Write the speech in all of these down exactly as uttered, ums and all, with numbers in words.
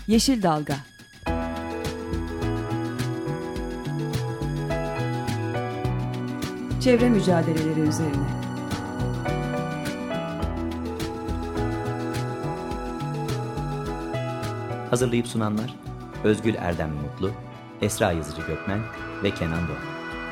Yeşil Dalga. Çevre mücadeleleri üzerine. Hazırlayıp sunanlar Özgül Erdem Mutlu, Esra Yazıcı Gökmen ve Kenan Doğan.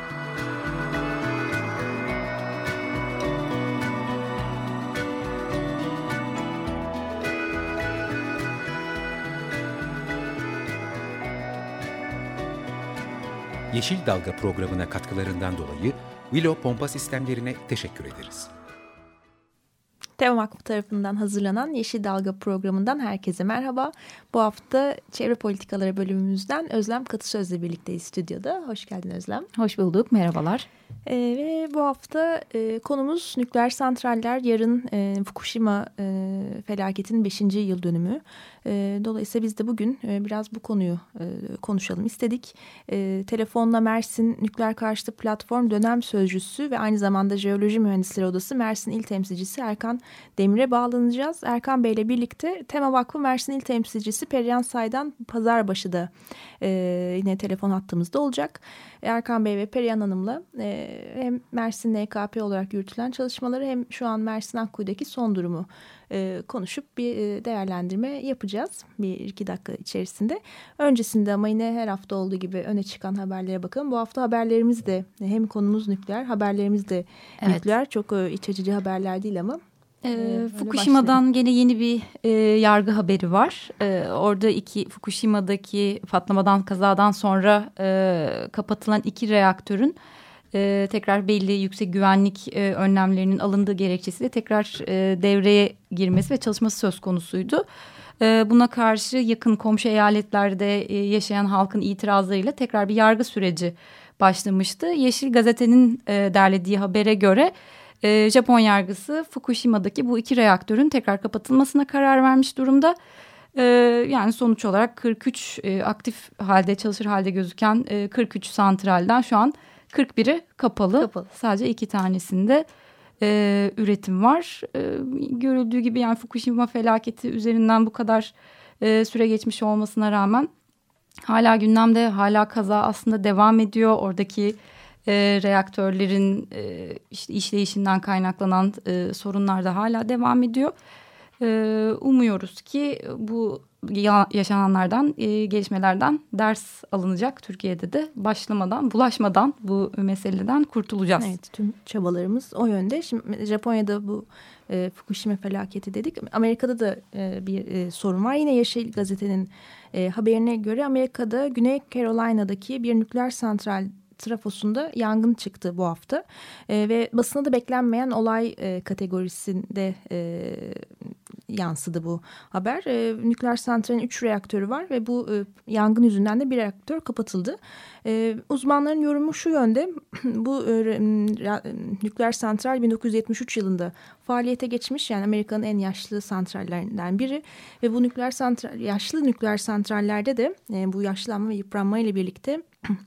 Yeşil Dalga programına katkılarından dolayı Willow Pompa Sistemlerine teşekkür ederiz. Tema Vakfı tarafından hazırlanan Yeşil Dalga programından herkese merhaba. Bu hafta Çevre Politikaları bölümümüzden Özlem Katısöz'le birlikteyiz stüdyoda. Hoş geldin Özlem. Hoş bulduk, merhabalar. Ee, ve bu hafta e, konumuz nükleer santraller. Yarın e, Fukushima e, felaketinin beşinci yıl dönümü. E, dolayısıyla biz de bugün e, biraz bu konuyu e, konuşalım istedik. E, telefonla Mersin Nükleer Karşıtı Platform dönem sözcüsü ve aynı zamanda Jeoloji Mühendisleri Odası Mersin İl Temsilcisi Erkan Demir'e bağlanacağız. Erkan Bey ile birlikte Tema Vakfı Mersin İl Temsilcisi Perihan Say'dan Pazarbaşı'da e, yine telefon hattımızda olacak. Erkan Bey ve Perihan Hanım'la e, hem Mersin N K P olarak yürütülen çalışmaları hem şu an Mersin Akkuyu'daki son durumu e, konuşup bir e, değerlendirme yapacağız bir iki dakika içerisinde. Öncesinde ama yine her hafta olduğu gibi öne çıkan haberlere bakalım. Bu hafta haberlerimiz de hem konumuz nükleer, haberlerimiz de evet. nükleer. Çok e, iç açıcı haberler değil ama. Ee, Fukushima'dan gene yeni bir e, yargı haberi var. E, orada iki Fukushima'daki patlamadan, kazadan sonra e, kapatılan iki reaktörün e, tekrar belli yüksek güvenlik e, önlemlerinin alındığı gerekçesiyle tekrar e, devreye girmesi ve çalışması söz konusuydu. E, buna karşı yakın komşu eyaletlerde e, yaşayan halkın itirazlarıyla tekrar bir yargı süreci başlamıştı. Yeşil Gazete'nin e, derlediği habere göre Ee, Japon yargısı Fukushima'daki bu iki reaktörün tekrar kapatılmasına karar vermiş durumda. Ee, yani sonuç olarak kırk üç e, aktif halde çalışır halde gözüken e, kırk üç santralden şu an kırk biri kapalı. kapalı. Sadece iki tanesinde e, üretim var. E, görüldüğü gibi yani Fukushima felaketi üzerinden bu kadar e, süre geçmiş olmasına rağmen hala gündemde, hala kaza aslında devam ediyor. Oradaki E, reaktörlerin e, işte işleyişinden kaynaklanan e, sorunlar da hala devam ediyor. E, umuyoruz ki bu ya, yaşananlardan, e, gelişmelerden ders alınacak. Türkiye'de de başlamadan, bulaşmadan bu meseleden kurtulacağız. Evet, tüm çabalarımız o yönde. Şimdi Japonya'da bu e, Fukushima felaketi dedik. Amerika'da da e, bir e, sorun var. Yine Yeşil Gazete'nin e, haberine göre Amerika'da Güney Carolina'daki bir nükleer santral trafosunda yangın çıktı bu hafta e, ve basına da beklenmeyen olay e, kategorisinde e, yansıdı bu haber. E, nükleer santralin üç reaktörü var ve bu e, yangın yüzünden de bir reaktör kapatıldı. E, uzmanların yorumu şu yönde, bu e, re, nükleer santral bin dokuz yüz yetmiş üç yılında faaliyete geçmiş, yani Amerika'nın en yaşlı santrallerinden biri ve bu nükleer santral, yaşlı nükleer santrallerde de e, bu yaşlanma ve yıpranma ile birlikte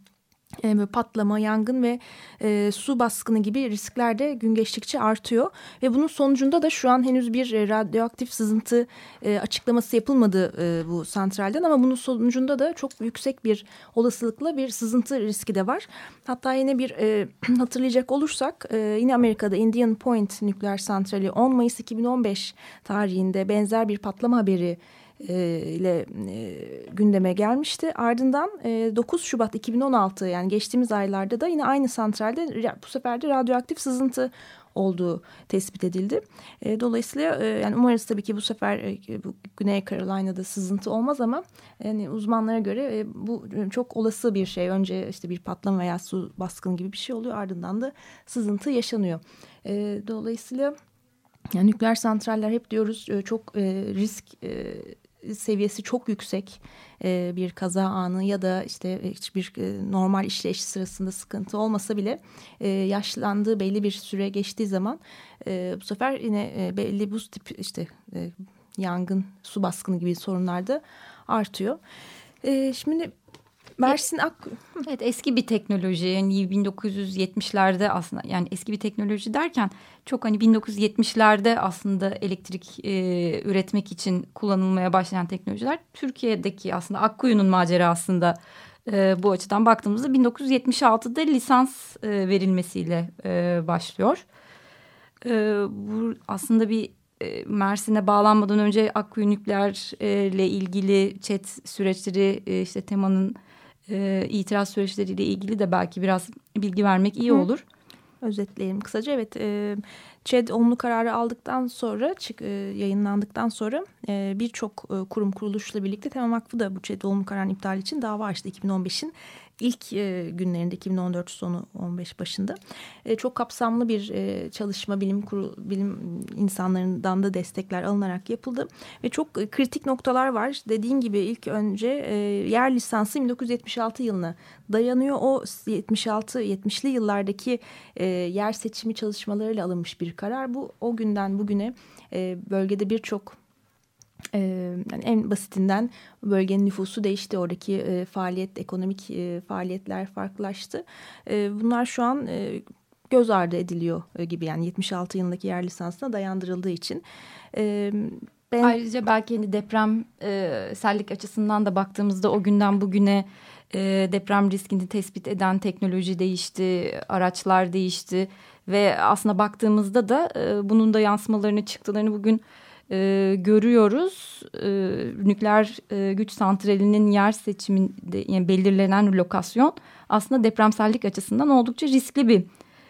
E, patlama, yangın ve e, su baskını gibi riskler de gün geçtikçe artıyor. Ve bunun sonucunda da şu an henüz bir e, radyoaktif sızıntı e, açıklaması yapılmadı e, bu santralden. Ama bunun sonucunda da çok yüksek bir olasılıkla bir sızıntı riski de var. Hatta yine bir e, hatırlayacak olursak e, yine Amerika'da Indian Point nükleer santrali on Mayıs iki bin on beş tarihinde benzer bir patlama haberi ile e, gündeme gelmişti. Ardından e, dokuz Şubat iki bin on altı, yani geçtiğimiz aylarda da yine aynı santralde bu sefer de radyoaktif sızıntı olduğu tespit edildi. E, dolayısıyla e, yani umarız tabii ki bu sefer e, bu Güney Carolina'da sızıntı olmaz ama yani uzmanlara göre e, bu çok olası bir şey. Önce işte bir patlama veya su baskını gibi bir şey oluyor, ardından da sızıntı yaşanıyor. E, dolayısıyla yani nükleer santraller hep diyoruz çok e, risk e, seviyesi çok yüksek, e, bir kaza anı ya da işte hiçbir e, normal işleyiş sırasında sıkıntı olmasa bile e, yaşlandığı belli bir süre geçtiği zaman e, bu sefer yine e, belli bu tip işte e, yangın, su baskını gibi sorunlar da artıyor. E, şimdi Mersin Akkuyu. Evet, eski bir teknoloji. Yani bin dokuz yüz yetmişlerde aslında, yani eski bir teknoloji derken çok hani bin dokuz yüz yetmişlerde aslında elektrik e, üretmek için kullanılmaya başlayan teknolojiler. Türkiye'deki aslında Akkuyu'nun macerasında e, bu açıdan baktığımızda bin dokuz yüz yetmiş altıda lisans e, verilmesiyle e, başlıyor. E, bu aslında bir e, Mersin'e bağlanmadan önce Akkuyu nükleer e, ile ilgili chat süreçleri, e, işte temanın e, itiraz süreçleriyle ilgili de belki biraz bilgi vermek iyi olur. Hı. Özetleyelim kısaca. Evet, e, ÇED olumlu kararı aldıktan sonra, çık, e, yayınlandıktan sonra e, birçok e, kurum kuruluşla birlikte Tema Vakfı da bu ÇED olumlu kararın iptali için dava açtı iki bin on beşin ilk e, günlerinde, iki bin on dört sonu on beş başında. E, çok kapsamlı bir e, çalışma, bilim kurulu, bilim insanlarından da destekler alınarak yapıldı ve çok e, kritik noktalar var. Dediğim gibi ilk önce e, yer lisansı bin dokuz yüz yetmiş altı yılına dayanıyor. O yetmiş altı yetmişli yıllardaki e, yer seçimi çalışmalarıyla alınmış bir karar. Bu o günden bugüne e, bölgede birçok Ee, yani en basitinden bölgenin nüfusu değişti. Oradaki e, faaliyet, ekonomik e, faaliyetler farklılaştı. E, bunlar şu an e, göz ardı ediliyor e, gibi, yani yetmiş altı yılındaki yer lisansına dayandırıldığı için. E, ben... Ayrıca belki hani deprem e, sellik açısından da baktığımızda o günden bugüne e, deprem riskini tespit eden teknoloji değişti, araçlar değişti ve aslında baktığımızda da e, bunun da yansımalarını, çıktılarını bugün Ee, görüyoruz. Ee, nükleer e, güç santralinin yer seçiminde, yani belirlenen lokasyon aslında depremsellik açısından oldukça riskli bir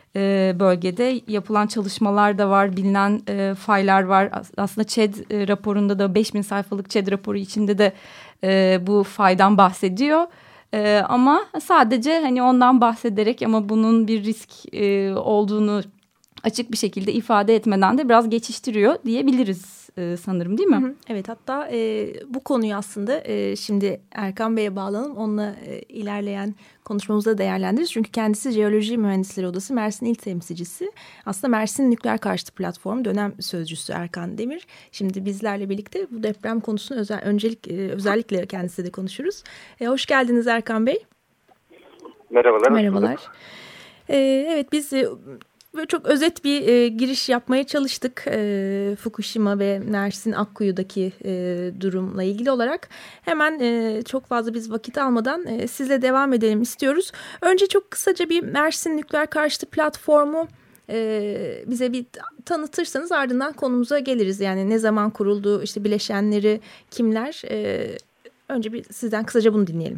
e, bölgede. Yapılan çalışmalar da var, bilinen e, faylar var. Aslında ÇED e, raporunda da beş bin sayfalık ÇED raporu içinde de e, bu faydan bahsediyor. E, ama sadece hani ondan bahsederek ama bunun bir risk e, olduğunu açık bir şekilde ifade etmeden de biraz geçiştiriyor diyebiliriz e, sanırım, değil mi? Hı hı. Evet, hatta e, bu konuyu aslında e, şimdi Erkan Bey'e bağlanalım. Onunla e, ilerleyen konuşmamızda değerlendiririz. Çünkü kendisi Jeoloji Mühendisleri Odası Mersin İl Temsilcisi. Aslında Mersin Nükleer Karşıtı Platformu dönem sözcüsü Erkan Demir. Şimdi bizlerle birlikte bu deprem konusunu özel, öncelik, e, özellikle kendisiyle de konuşuruz. E, hoş geldiniz Erkan Bey. Merhabalar. Merhabalar. E, evet, biz... E, Böyle çok özet bir e, giriş yapmaya çalıştık e, Fukushima ve Mersin Akkuyu'daki e, durumla ilgili olarak. Hemen e, çok fazla biz vakit almadan e, sizle devam edelim istiyoruz. Önce çok kısaca bir Mersin Nükleer Karşıtı Platformu e, bize bir tanıtırsanız ardından konumuza geliriz. Yani ne zaman kuruldu, işte bileşenleri kimler? E, önce bir sizden kısaca bunu dinleyelim.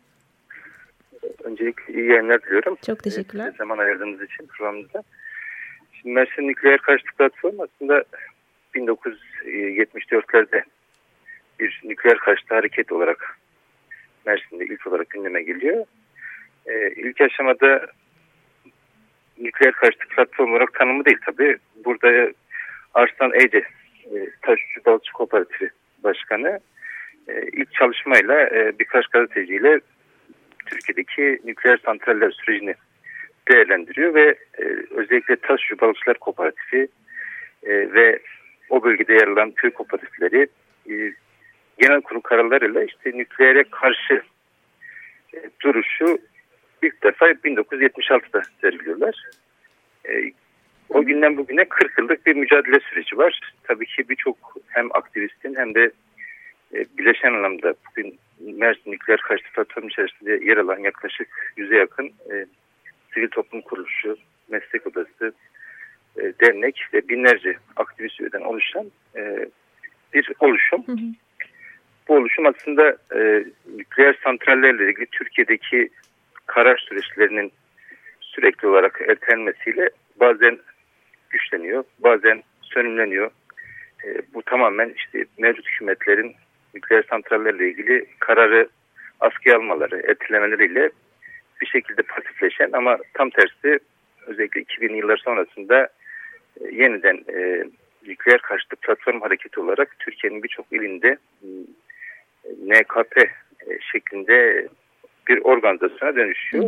Öncelikle iyi yayınlar diliyorum. Çok teşekkürler. Ee, zaman ayırdığınız için programımıza. Şimdi Mersin Nükleer Karşıtı Platformu aslında bin dokuz yüz yetmiş dörtlerde bir nükleer karşıtı hareket olarak Mersin'de ilk olarak gündeme geliyor. Ee, ilk aşamada nükleer karşıtı platform olarak tanımı değil tabii. Burada Arslan Ece, e, Taşçı Balıkçı Kooperatifi Başkanı e, ilk çalışmayla e, birkaç gazeteciyle Türkiye'deki nükleer santraller sürecini değerlendiriyor ve e, özellikle Taşçı Balıkçılar Kooperatifi e, ve o bölgede yer alan köy kooperatifleri e, genel kurul kararlarıyla işte nükleere karşı e, duruşu ilk defa bin dokuz yüz yetmiş altıda sergiliyorlar. E, o günden bugüne kırk yıllık bir mücadele süreci var. Tabii ki birçok hem aktivistin hem de e, bileşen anlamda bugün Mersin Nükleer Karşıtı Platformu içerisinde yer alan yaklaşık yüze yakın e, sivil toplum kuruluşu, meslek odası, e, dernek ve binlerce aktivist üyeden oluşan e, bir oluşum. Hı hı. Bu oluşum aslında e, nükleer santrallerle ilgili Türkiye'deki karar süreçlerinin sürekli olarak ertelenmesiyle bazen güçleniyor, bazen sönümleniyor. E, bu tamamen işte mevcut hükümetlerin nükleer santrallerle ilgili kararı askıya almaları, ertelemeleriyle bir şekilde pasifleşen ama tam tersi özellikle iki binli yıllar sonrasında e, yeniden e, nükleer karşıtı platform hareketi olarak Türkiye'nin birçok ilinde e, N K P e, şeklinde bir organizasyona dönüşüyor.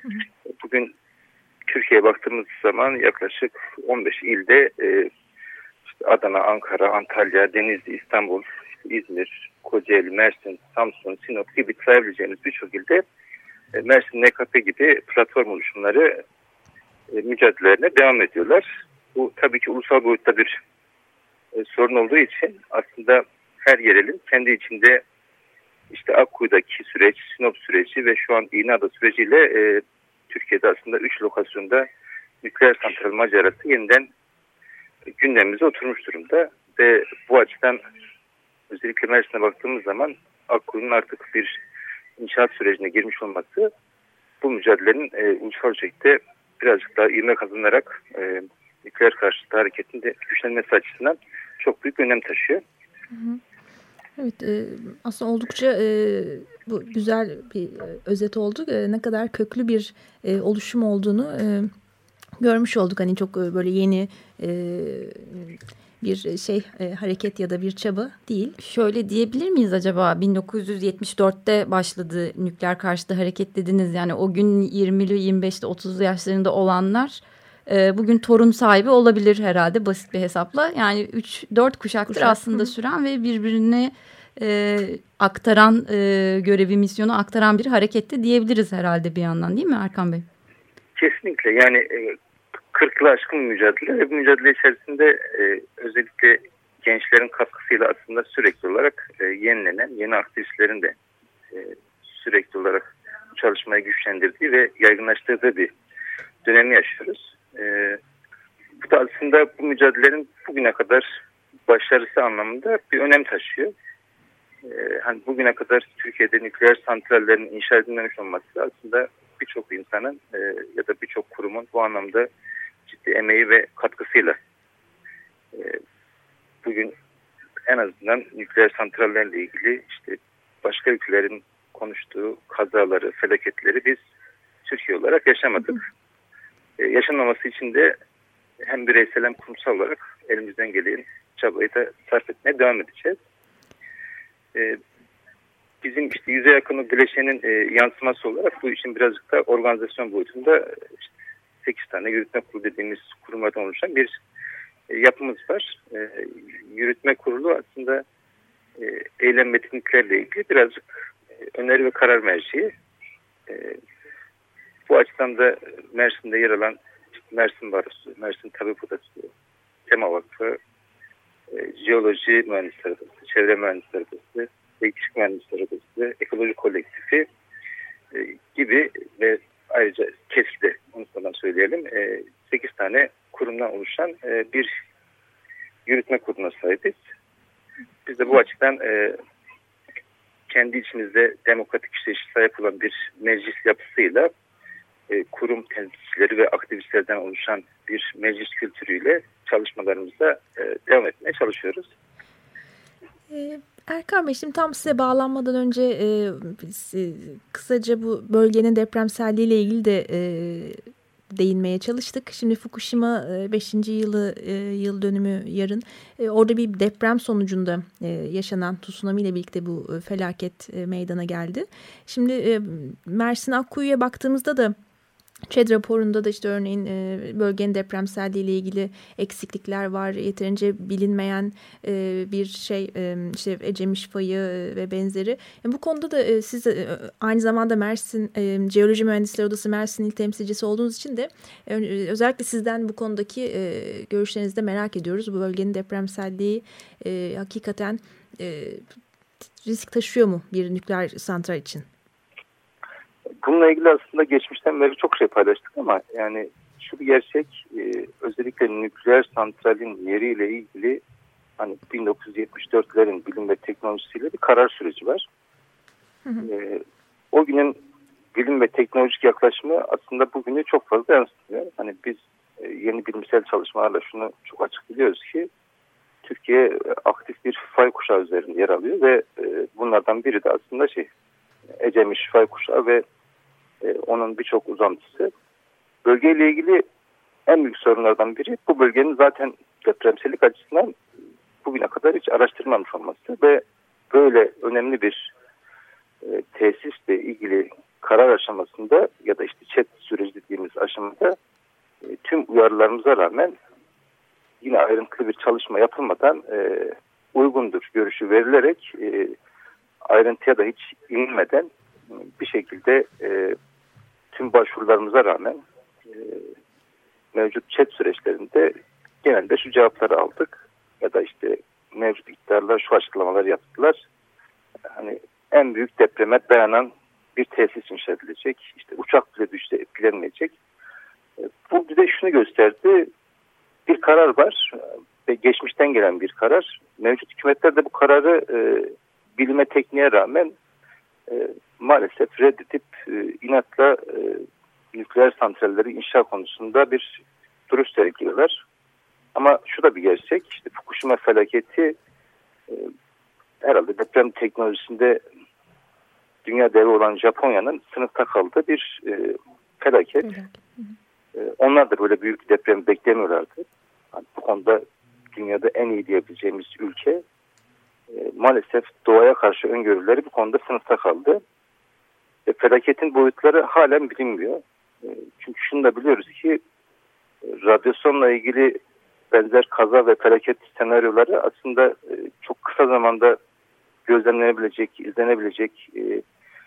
Bugün Türkiye'ye baktığımız zaman yaklaşık on beş ilde e, işte Adana, Ankara, Antalya, Denizli, İstanbul, İzmir, Kocaeli, Mersin, Samsun, Sinop gibi sayabileceğimiz birçok ilde e, Mersin N K P gibi platform oluşumları e, mücadelelerine devam ediyorlar. Bu tabii ki ulusal boyutta bir e, sorun olduğu için aslında her yerelin kendi içinde işte Akkuyu'daki süreç, Sinop süreci ve şu an İğneada süreciyle e, Türkiye'de aslında üç lokasyonda nükleer santral macerası yeniden gündemimize oturmuş durumda. Ve bu açıdan özellikle Mersin'e baktığımız zaman Akkuyu'nun artık bir inşaat sürecine girmiş olması bu mücadelenin e, ulusal ölçekte birazcık daha ivme kazanarak e, nükleer karşıtı hareketin de güçlenmesi açısından çok büyük önem taşıyor. Hı hı. Evet, e, aslında oldukça e, bu güzel bir e, özet oldu. E, ne kadar köklü bir e, oluşum olduğunu e, görmüş olduk. Hani çok e, böyle yeni e, bir şey e, hareket ya da bir çaba değil. Şöyle diyebilir miyiz acaba? bin dokuz yüz yetmiş dörtte başladı nükleer karşıtı hareket dediniz. Yani o gün yirmili, yirmi beşli, otuzlu yaşlarında olanlar e, bugün torun sahibi olabilir herhalde basit bir hesapla. Yani üç dört kuşaktır Kuşak. aslında Hı. süren ve birbirine e, aktaran e, görevi, misyonu aktaran bir harekette diyebiliriz herhalde bir yandan, değil mi Erkan Bey? Kesinlikle. Yani e, kırk yılı aşkın bir mücadele ve bu mücadele içerisinde e, özellikle gençlerin katkısıyla aslında sürekli olarak e, yenilenen yeni aktivistlerin de e, sürekli olarak bu çalışmayı güçlendirdiği ve yaygınlaştırdığı bir dönemi yaşıyoruz. E, bu da aslında bu mücadelelerin bugüne kadar başarısı anlamında bir önem taşıyor. E, hani bugüne kadar Türkiye'de nükleer santrallerin inşa edilmemiş olması aslında birçok insanın e, ya da birçok kurumun bu anlamda ciddi emeği ve katkısıyla e, bugün en azından nükleer santrallerle ilgili işte başka ülkelerin konuştuğu kazaları, felaketleri biz Türkiye olarak yaşamadık. E, yaşanmaması için de hem bireysel hem kurumsal olarak elimizden gelen çabayı da sarf etmeye devam edeceğiz. E, bizim işte yüze yakın bileşenin e, yansıması olarak bu işin birazcık da organizasyon boyutunda işte sekiz tane yürütme kurulu dediğimiz kurumlardan oluşan bir e, yapımız var. E, yürütme kurulu aslında e, eylem metinliklerle ilgili birazcık e, öneri ve karar merci. E, bu açıdan da Mersin'de yer alan işte Mersin Barosu, Mersin Tabip Odası, Tema Vakfı, e, Jeoloji Mühendisleri Odası, Çevre Mühendisleri Odası, Elektrik Mühendisleri Odası, Ekoloji Kolektifi e, gibi ve ayrıca KESK'de unutmadan söyleyelim e, sekiz tane kurumdan oluşan e, bir yürütme kuruluna sahibiz. Biz de bu açıdan e, kendi içimizde demokratik işleyişe sahip olan bir meclis yapısıyla e, kurum temsilcileri ve aktivistlerden oluşan bir meclis kültürüyle çalışmalarımıza e, devam etmeye çalışıyoruz. Erkan Bey, şimdi tam size bağlanmadan önce e, biz, e, kısaca bu bölgenin depremselliği ile ilgili de e, değinmeye çalıştık. Şimdi Fukushima e, beşinci yılı e, yıl dönümü yarın. E, orada bir deprem sonucunda e, yaşanan tsunami ile birlikte bu e, felaket e, meydana geldi. Şimdi e, Mersin Akkuyu'ya baktığımızda da ÇED raporunda da işte örneğin e, bölgenin depremselliği ile ilgili eksiklikler var. Yeterince bilinmeyen e, bir şey e, işte Ecemiş fayı e, ve benzeri. Yani bu konuda da e, siz e, aynı zamanda Mersin e, Jeoloji Mühendisleri Odası Mersin İl Temsilcisi olduğunuz için de e, özellikle sizden bu konudaki e, görüşlerinizi de merak ediyoruz. Bu bölgenin depremselliği e, hakikaten e, risk taşıyor mu bir nükleer santral için? Bununla ilgili aslında geçmişten beri çok şey paylaştık ama yani şu bir gerçek e, özellikle nükleer santralin yeriyle ilgili hani bin dokuz yüz yetmiş dörtlerin bilim ve teknolojisiyle bir karar süreci var. Hı hı. E, o günün bilim ve teknolojik yaklaşımı aslında bugünü çok fazla yansıtıyor. Hani biz e, yeni bilimsel çalışmalarla şunu çok açık biliyoruz ki Türkiye e, aktif bir fay kuşağı üzerinde yer alıyor ve e, bunlardan biri de aslında şey Ecemiş fay kuşağı ve e, onun birçok uzantısı. Bölgeyle ilgili en büyük sorunlardan biri bu bölgenin zaten depremsellik açısından bugüne kadar hiç araştırmamış olması ve böyle önemli bir e, tesisle ilgili karar aşamasında ya da işte ÇED süreci dediğimiz aşamada e, tüm uyarılarımıza rağmen yine ayrıntılı bir çalışma yapılmadan e, uygundur görüşü verilerek e, ayrıntıya da hiç inmeden bir şekilde e, tüm başvurularımıza rağmen e, mevcut chat süreçlerinde genelde şu cevapları aldık. Ya da işte mevcut iktidarlar şu açıklamaları yaptılar. Hani en büyük depreme dayanan bir tesis inşa edilecek. İşte uçak bile düşse etkilenmeyecek. E, bu bize şunu gösterdi. Bir karar var ve geçmişten gelen bir karar. Mevcut hükümetler de bu kararı e, bilime tekniğe rağmen e, maalesef reddedip e, inatla e, nükleer santralleri inşa konusunda bir duruş sergiliyorlar. Ama şu da bir gerçek. İşte Fukushima felaketi e, herhalde deprem teknolojisinde dünya devi olan Japonya'nın sınıfta kaldığı bir e, felaket. E, onlar da böyle büyük deprem beklemiyorlardı. Yani bu konuda dünyada en iyi diyebileceğimiz ülke e, maalesef doğaya karşı öngörüleri bu konuda sınıfta kaldı. Ve felaketin boyutları halen bilinmiyor. E, çünkü şunu da biliyoruz ki e, radyasyonla ilgili benzer kaza ve felaket senaryoları aslında e, çok kısa zamanda gözlemlenebilecek, izlenebilecek e,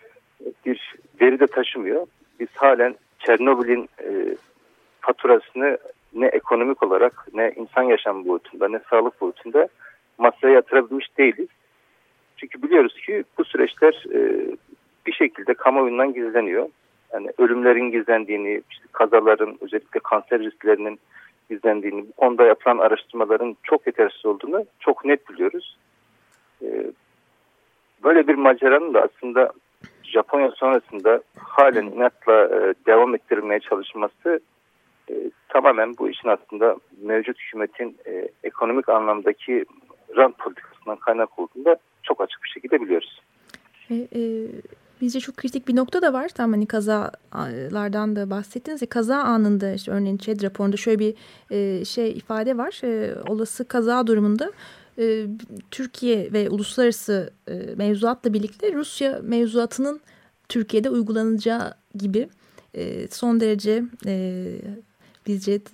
bir veri de taşımıyor. Biz halen Çernobil'in e, faturasını ne ekonomik olarak ne insan yaşam boyutunda ne sağlık boyutunda masaya yatırabilmiş değiliz. Çünkü biliyoruz ki bu süreçler e, bir şekilde kamuoyundan gizleniyor. Yani ölümlerin gizlendiğini, işte kazaların, özellikle kanser risklerinin gizlendiğini, bu konuda yapılan araştırmaların çok yetersiz olduğunu çok net biliyoruz. E, böyle bir maceranın da aslında Japonya sonrasında halen inatla e, devam ettirilmeye çalışması e, tamamen bu işin aslında mevcut hükümetin e, ekonomik anlamdaki rant politikasından kaynak olduğunda çok açık bir şekilde biliyoruz. E, e, bizce çok kritik bir nokta da var. Tam hani kazalardan da bahsettiniz. E, kaza anında işte örneğin ÇED raporunda şöyle bir e, şey ifade var. E, olası kaza durumunda e, Türkiye ve uluslararası e, mevzuatla birlikte Rusya mevzuatının Türkiye'de uygulanacağı gibi e, son derece e, bizce e,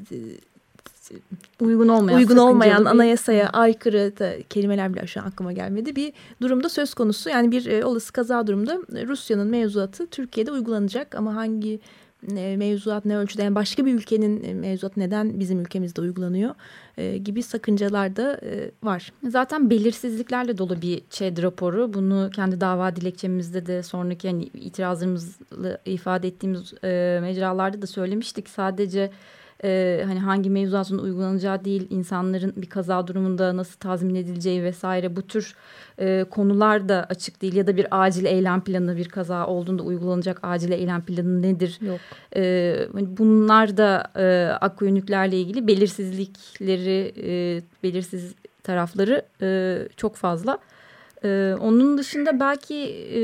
uygun olmayan, uygun olmayan bir... anayasaya aykırı da, kelimeler bile şu an aklıma gelmedi, bir durumda söz konusu. Yani bir e, olası kaza durumunda Rusya'nın mevzuatı Türkiye'de uygulanacak ama hangi e, mevzuat ne ölçüde, yani başka bir ülkenin e, mevzuatı neden bizim ülkemizde uygulanıyor e, gibi sakıncalar da e, var. Zaten belirsizliklerle dolu bir ÇED raporu. Bunu kendi dava dilekçemizde de sonraki yani itirazlarımızla ifade ettiğimiz e, mecralarda da söylemiştik. Sadece Ee, hani hangi mevzuatın uygulanacağı değil, insanların bir kaza durumunda nasıl tazmin edileceği vesaire bu tür e, konular da açık değil. Ya da bir acil eylem planı, bir kaza olduğunda uygulanacak acil eylem planı nedir? Yok. Ee, bunlar da e, Akkuyu-Nükleer'le ilgili belirsizlikleri, e, belirsiz tarafları e, çok fazla. Ee, onun dışında belki e,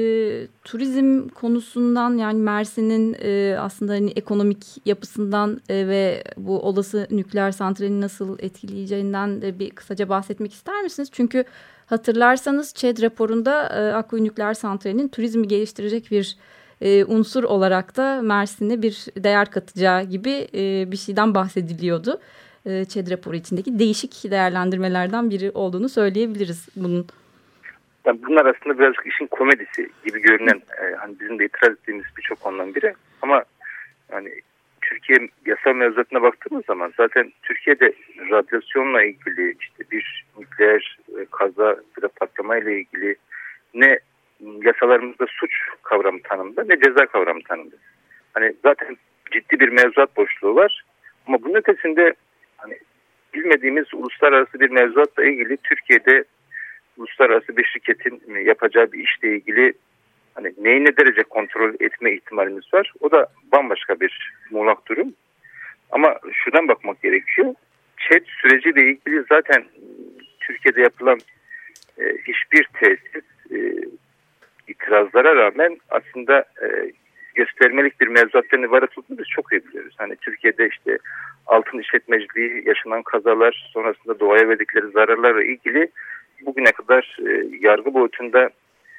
turizm konusundan, yani Mersin'in e, aslında hani ekonomik yapısından e, ve bu olası nükleer santrali nasıl etkileyeceğinden de bir kısaca bahsetmek ister misiniz? Çünkü hatırlarsanız ÇED raporunda e, Akkuyu Nükleer Santrali'nin turizmi geliştirecek bir e, unsur olarak da Mersin'e bir değer katacağı gibi e, bir şeyden bahsediliyordu. E, ÇED raporu içindeki değişik değerlendirmelerden biri olduğunu söyleyebiliriz bunun. Yani bunlar aslında birazcık işin komedisi gibi görünen, e, hani bizim de itiraz ettiğimiz birçok konudan biri. Ama yani Türkiye yasal mevzuatına baktığımız zaman zaten Türkiye'de radyasyonla ilgili, işte bir nükleer e, kaza ya da patlama ile ilgili ne yasalarımızda suç kavramı tanımda ne ceza kavramı tanımda. Hani zaten ciddi bir mevzuat boşluğu var. Ama bunun ötesinde hani bilmediğimiz uluslararası bir mevzuatla ilgili Türkiye'de uluslararası bir şirketin yapacağı bir işle ilgili hani neyi ne derece kontrol etme ihtimalimiz var. O da bambaşka bir muğlak durum. Ama şuradan bakmak gerekiyor. ÇED süreciyle ilgili zaten Türkiye'de yapılan e, hiçbir tesis e, itirazlara rağmen aslında e, göstermelik bir mevzuatlarını ibaret olduğunu biz çok iyi biliyoruz. Hani Türkiye'de işte altın işletmeciliği, yaşanan kazalar, sonrasında doğaya verdikleri zararlarla ilgili bugüne kadar e, yargı boyutunda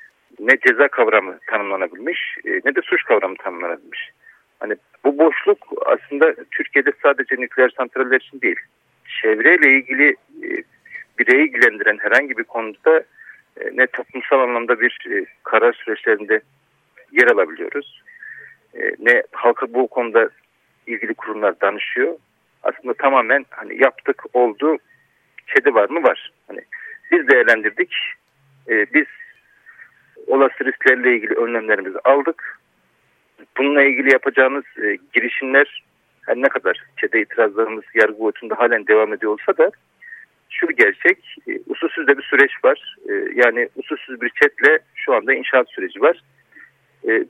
ne ceza kavramı tanımlanabilmiş e, ne de suç kavramı tanımlanabilmiş. Hani bu boşluk aslında Türkiye'de sadece nükleer santraller için değil, çevreyle ilgili e, bireyi ilgilendiren herhangi bir konuda e, ne toplumsal anlamda bir e, karar süreçlerinde yer alabiliyoruz. E, ne halka bu konuda ilgili kurumlar danışıyor. Aslında tamamen hani yaptık, oldu, kedi var mı? Var. Hani biz değerlendirdik. E, biz olası risklerle ilgili önlemlerimizi aldık. Bununla ilgili yapacağımız e, girişimler her ne kadar ÇED'e itirazlarımız yargı boyutunda halen devam ediyor olsa da şu bir gerçek, e, usulsüz de bir süreç var. E, yani usulsüz bir ÇED'le şu anda inşaat süreci var. E,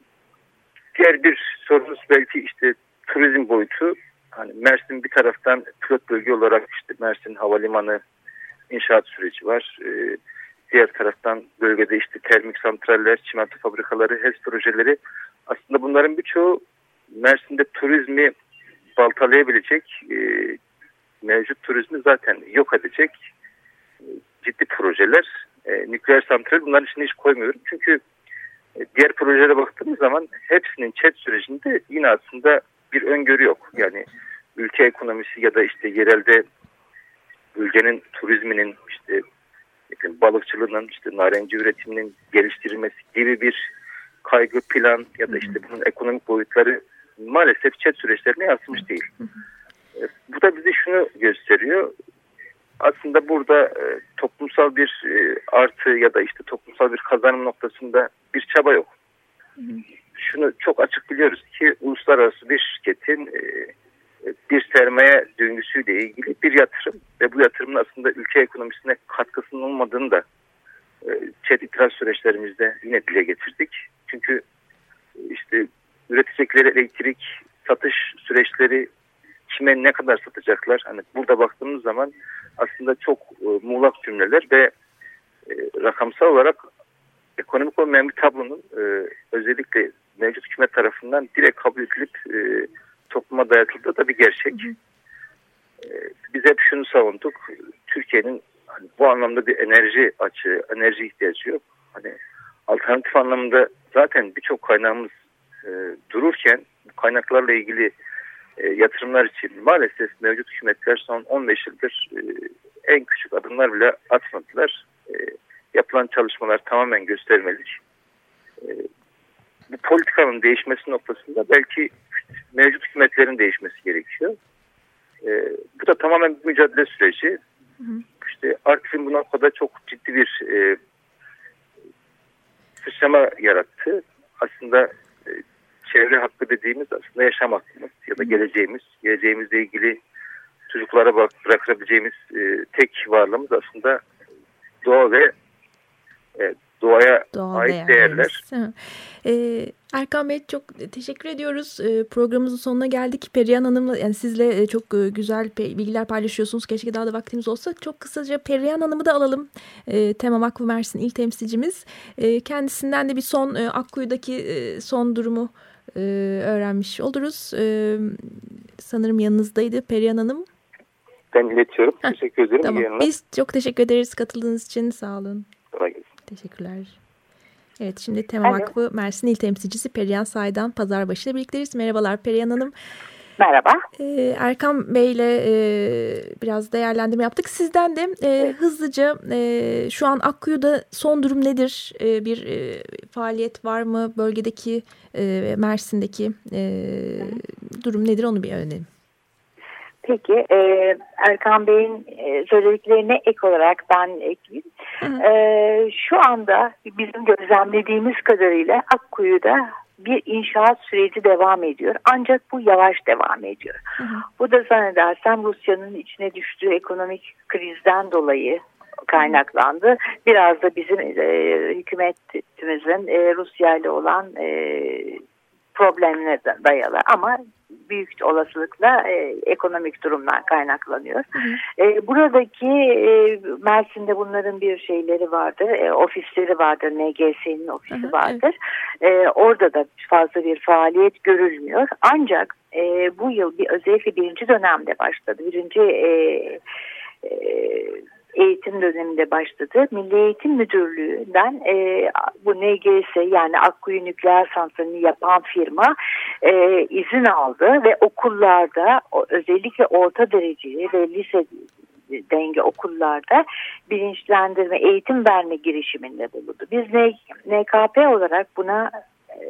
diğer bir sorunuz belki işte turizm boyutu. Hani Mersin bir taraftan pilot bölge olarak işte Mersin Havalimanı inşaat süreci var. E, diğer taraftan bölgede işte termik santraller, çimento fabrikaları, HES projeleri. Aslında bunların birçoğu Mersin'de turizmi baltalayabilecek, e, mevcut turizmi zaten yok edecek e, ciddi projeler. E, nükleer santral bunların içine hiç koymuyorum. Çünkü e, diğer projelere baktığımız zaman hepsinin ÇED sürecinde yine aslında bir öngörü yok. Yani ülke ekonomisi ya da işte yerelde ülkenin turizminin, işte balıkçılığının, işte narenci üretiminin geliştirilmesi gibi bir kaygı, plan ya da işte bunun ekonomik boyutları maalesef ÇED süreçlerine yansımış değil. Bu da bize şunu gösteriyor. Aslında burada e, toplumsal bir e, artı ya da işte toplumsal bir kazanım noktasında bir çaba yok. Şunu çok açık biliyoruz ki uluslararası bir şirketin e, bir sermaye döngüsüyle ilgili bir yatırım ve bu yatırımın aslında ülke ekonomisine katkısının olmadığını da e, ÇED itiraz süreçlerimizde yine dile getirdik. Çünkü işte üretecekleri elektrik satış süreçleri kime ne kadar satacaklar? Hani burada baktığımız zaman aslında çok e, muğlak cümleler ve e, rakamsal olarak ekonomik olmayan bir tablonun e, özellikle mevcut hükümet tarafından direkt kabul edilip e, topluma dayatıldığı da bir gerçek. Hı hı. E, biz hep şunu savunduk. Türkiye'nin hani bu anlamda bir enerji açığı, enerji ihtiyacı yok. Hani alternatif anlamda zaten birçok kaynağımız e, dururken kaynaklarla ilgili e, yatırımlar için maalesef mevcut hükümetler son on beş yıldır e, en küçük adımlar bile atmadılar. E, yapılan çalışmalar tamamen göstermelik. E, bu politikanın değişmesi noktasında belki mevcut hükümetlerin değişmesi gerekiyor. E, bu da tamamen bir mücadele süreci. Hı hı. İşte Artvin bu noktada çok ciddi bir e, sıçrama yarattı. Aslında e, çevre hakkı dediğimiz aslında yaşam hakkımız ya da geleceğimiz, geleceğimizle ilgili çocuklara bak, bırakabileceğimiz e, tek varlığımız aslında doğa ve e, doğaya Doğal ait değerler. Ee, Erkan Bey çok teşekkür ediyoruz. Ee, programımızın sonuna geldik. Perihan Hanım'la yani sizle çok güzel bilgiler paylaşıyorsunuz. Keşke daha da vaktimiz olsa. Çok kısaca Perihan Hanım'ı da alalım. Ee, Tema Vakfı Mersin İl Temsilcimiz. Ee, kendisinden de bir son e, Akkuyu'daki e, son durumu e, öğrenmiş oluruz. E, sanırım yanınızdaydı Perihan Hanım. Ben iletiyorum. Heh, teşekkür ederim. Tamam. Biz çok teşekkür ederiz katıldığınız için. Sağ olun. Kolay gelsin. Teşekkürler. Evet, şimdi Tema Vakfı Mersin İl Temsilcisi Perihan Say'dan Pazarbaşı ile birlikteyiz. Merhabalar Perihan Hanım. Merhaba. Ee, Erkan Bey ile e, biraz değerlendirme yaptık. Sizden de e, evet. hızlıca e, şu an Akkuyu'da son durum nedir? E, bir e, faaliyet var mı? Bölgedeki, e, Mersin'deki e, durum nedir? Onu bir öğrenelim. Peki, e, Erkan Bey'in e, söylediklerine ek olarak ben ekleyeyim. E, şu anda bizim gözlemlediğimiz kadarıyla Akkuyu'da bir inşaat süreci devam ediyor. Ancak bu yavaş devam ediyor. Hı hı. Bu da zannedersem Rusya'nın içine düştüğü ekonomik krizden dolayı kaynaklandı. Biraz da bizim e, hükümetimizin e, Rusya ile olan e, problemine dayalı ama büyük olasılıkla e, ekonomik durumdan kaynaklanıyor. Hı hı. E, buradaki e, Mersin'de bunların bir şeyleri vardır, e, ofisleri vardır, N G S'nin ofisi hı hı, vardır. Evet. E, orada da fazla bir faaliyet görülmüyor. Ancak e, bu yıl bir özellikle birinci dönemde başladı. Birinci e, e, eğitim döneminde başladı. Milli Eğitim Müdürlüğü'nden e, bu N G S yani Akkuyu Nükleer Santrali'ni yapan firma e, izin aldı ve okullarda özellikle orta dereceli ve lise denge okullarda bilinçlendirme, eğitim verme girişiminde bulundu. Biz N K P olarak buna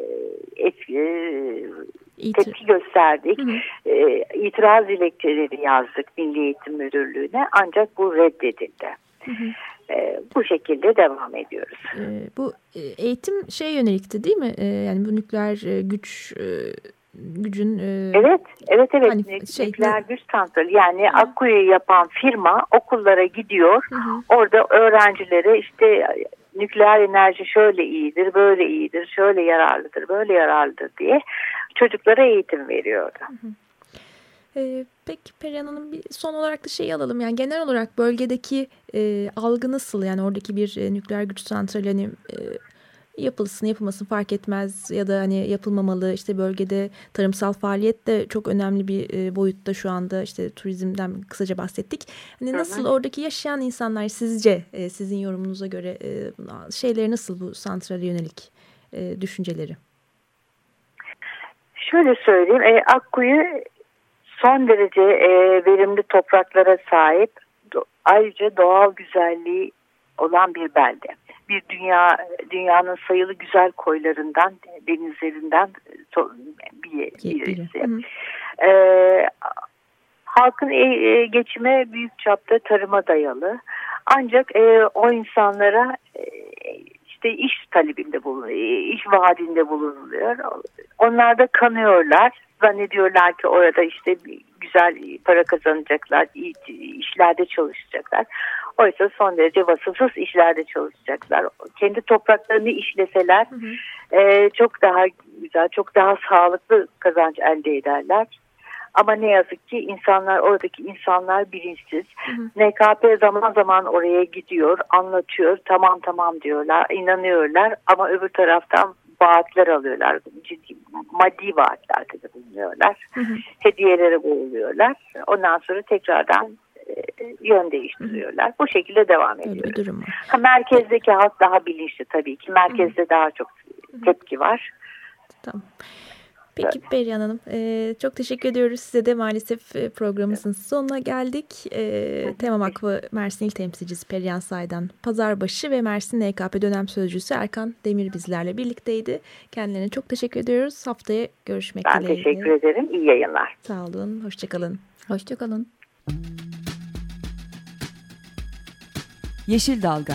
etki, tepki gösterdik. Hı hı. E, itiraz dilekçeleri yazdık Milli Eğitim Müdürlüğü'ne, ancak bu reddedildi. Hı hı. E, bu şekilde devam ediyoruz. E, bu eğitim şey yönelikti değil mi? E, yani bu nükleer güç e, gücün... E, evet, evet, evet. Hani şey, nükleer güç santrali, yani hı. Akkuyu'yu yapan firma okullara gidiyor. Hı hı. Orada öğrencilere işte nükleer enerji şöyle iyidir, böyle iyidir, şöyle yararlıdır, böyle yararlıdır diye çocuklara eğitim veriyordu. Hı hı. Ee, peki Perihan Hanım, bir son olarak da şey alalım, yani genel olarak bölgedeki e, algı nasıl, yani oradaki bir e, nükleer güç santrali hani e, yapılsın yapılmasın fark etmez ya da hani yapılmamalı, işte bölgede tarımsal faaliyet de çok önemli bir e, boyutta şu anda, işte turizmden kısaca bahsettik. Hani nasıl, hı hı, oradaki yaşayan insanlar sizce e, sizin yorumunuza göre e, şeyleri nasıl, bu santrale yönelik e, düşünceleri? Şöyle söyleyeyim, e, Akkuyu son derece e, verimli topraklara sahip, do, ayrıca doğal güzelliği olan bir belde. Bir dünya dünyanın sayılı güzel koylarından, denizlerinden to, bir, birisi. E, halkın e, geçime büyük çapta tarıma dayalı. Ancak e, o insanlara e, işte iş talebinde bulunuyor, iş vaadinde bulunuluyor. Onlar da kanıyorlar. Zannediyorlar ki orada işte güzel para kazanacaklar, işlerde çalışacaklar. Oysa son derece vasıfsız işlerde çalışacaklar. Kendi topraklarını işleseler, hı hı, E, çok daha güzel, çok daha sağlıklı kazanç elde ederler. Ama ne yazık ki insanlar, oradaki insanlar bilinçsiz. Hı hı. N K P zaman zaman oraya gidiyor, anlatıyor, tamam tamam diyorlar, inanıyorlar. Ama öbür taraftan vaatler alıyorlar, ciddi maddi vaatlerde de bulunuyorlar. Hı hı. Hediyelere boğuluyorlar. Ondan sonra tekrardan e, yön değiştiriyorlar. Hı hı. Bu şekilde devam ediyor. Ha, merkezdeki halk daha bilinçli tabii ki. Merkezde, hı hı, daha çok tepki var. Tamam. Peki Perihan Hanım, e, çok teşekkür ediyoruz size de. Maalesef e, programımızın sonuna geldik. E, Tema Vakfı Mersin İl Temsilcisi Perihan Say'dan Pazarbaşı ve Mersin N K P Dönem Sözcüsü Erkan Demir bizlerle birlikteydi. Kendilerine çok teşekkür ediyoruz. Haftaya görüşmek dileğiyle. Ben teşekkür ederim. İyi yayınlar. Sağ olun. Hoşçakalın. Hoşçakalın. Yeşil Dalga.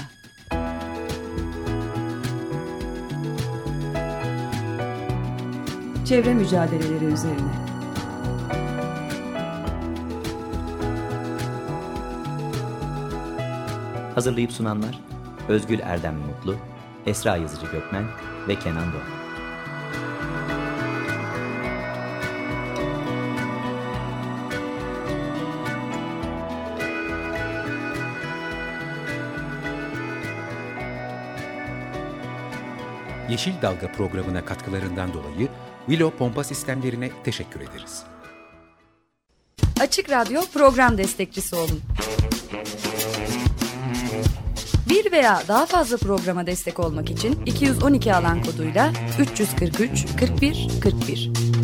Çevre mücadeleleri üzerine. Hazırlayıp sunanlar Özgül Erdem Mutlu, Esra Yazıcı Gökmen ve Kenan Doğan. Yeşil Dalga programına katkılarından dolayı Willow Pompa Sistemlerine teşekkür ederiz. Açık Radyo program destekçisi olun. Bir veya daha fazla programa destek olmak için iki yüz on iki alan koduyla üç yüz kırk üç kırk bir kırk bir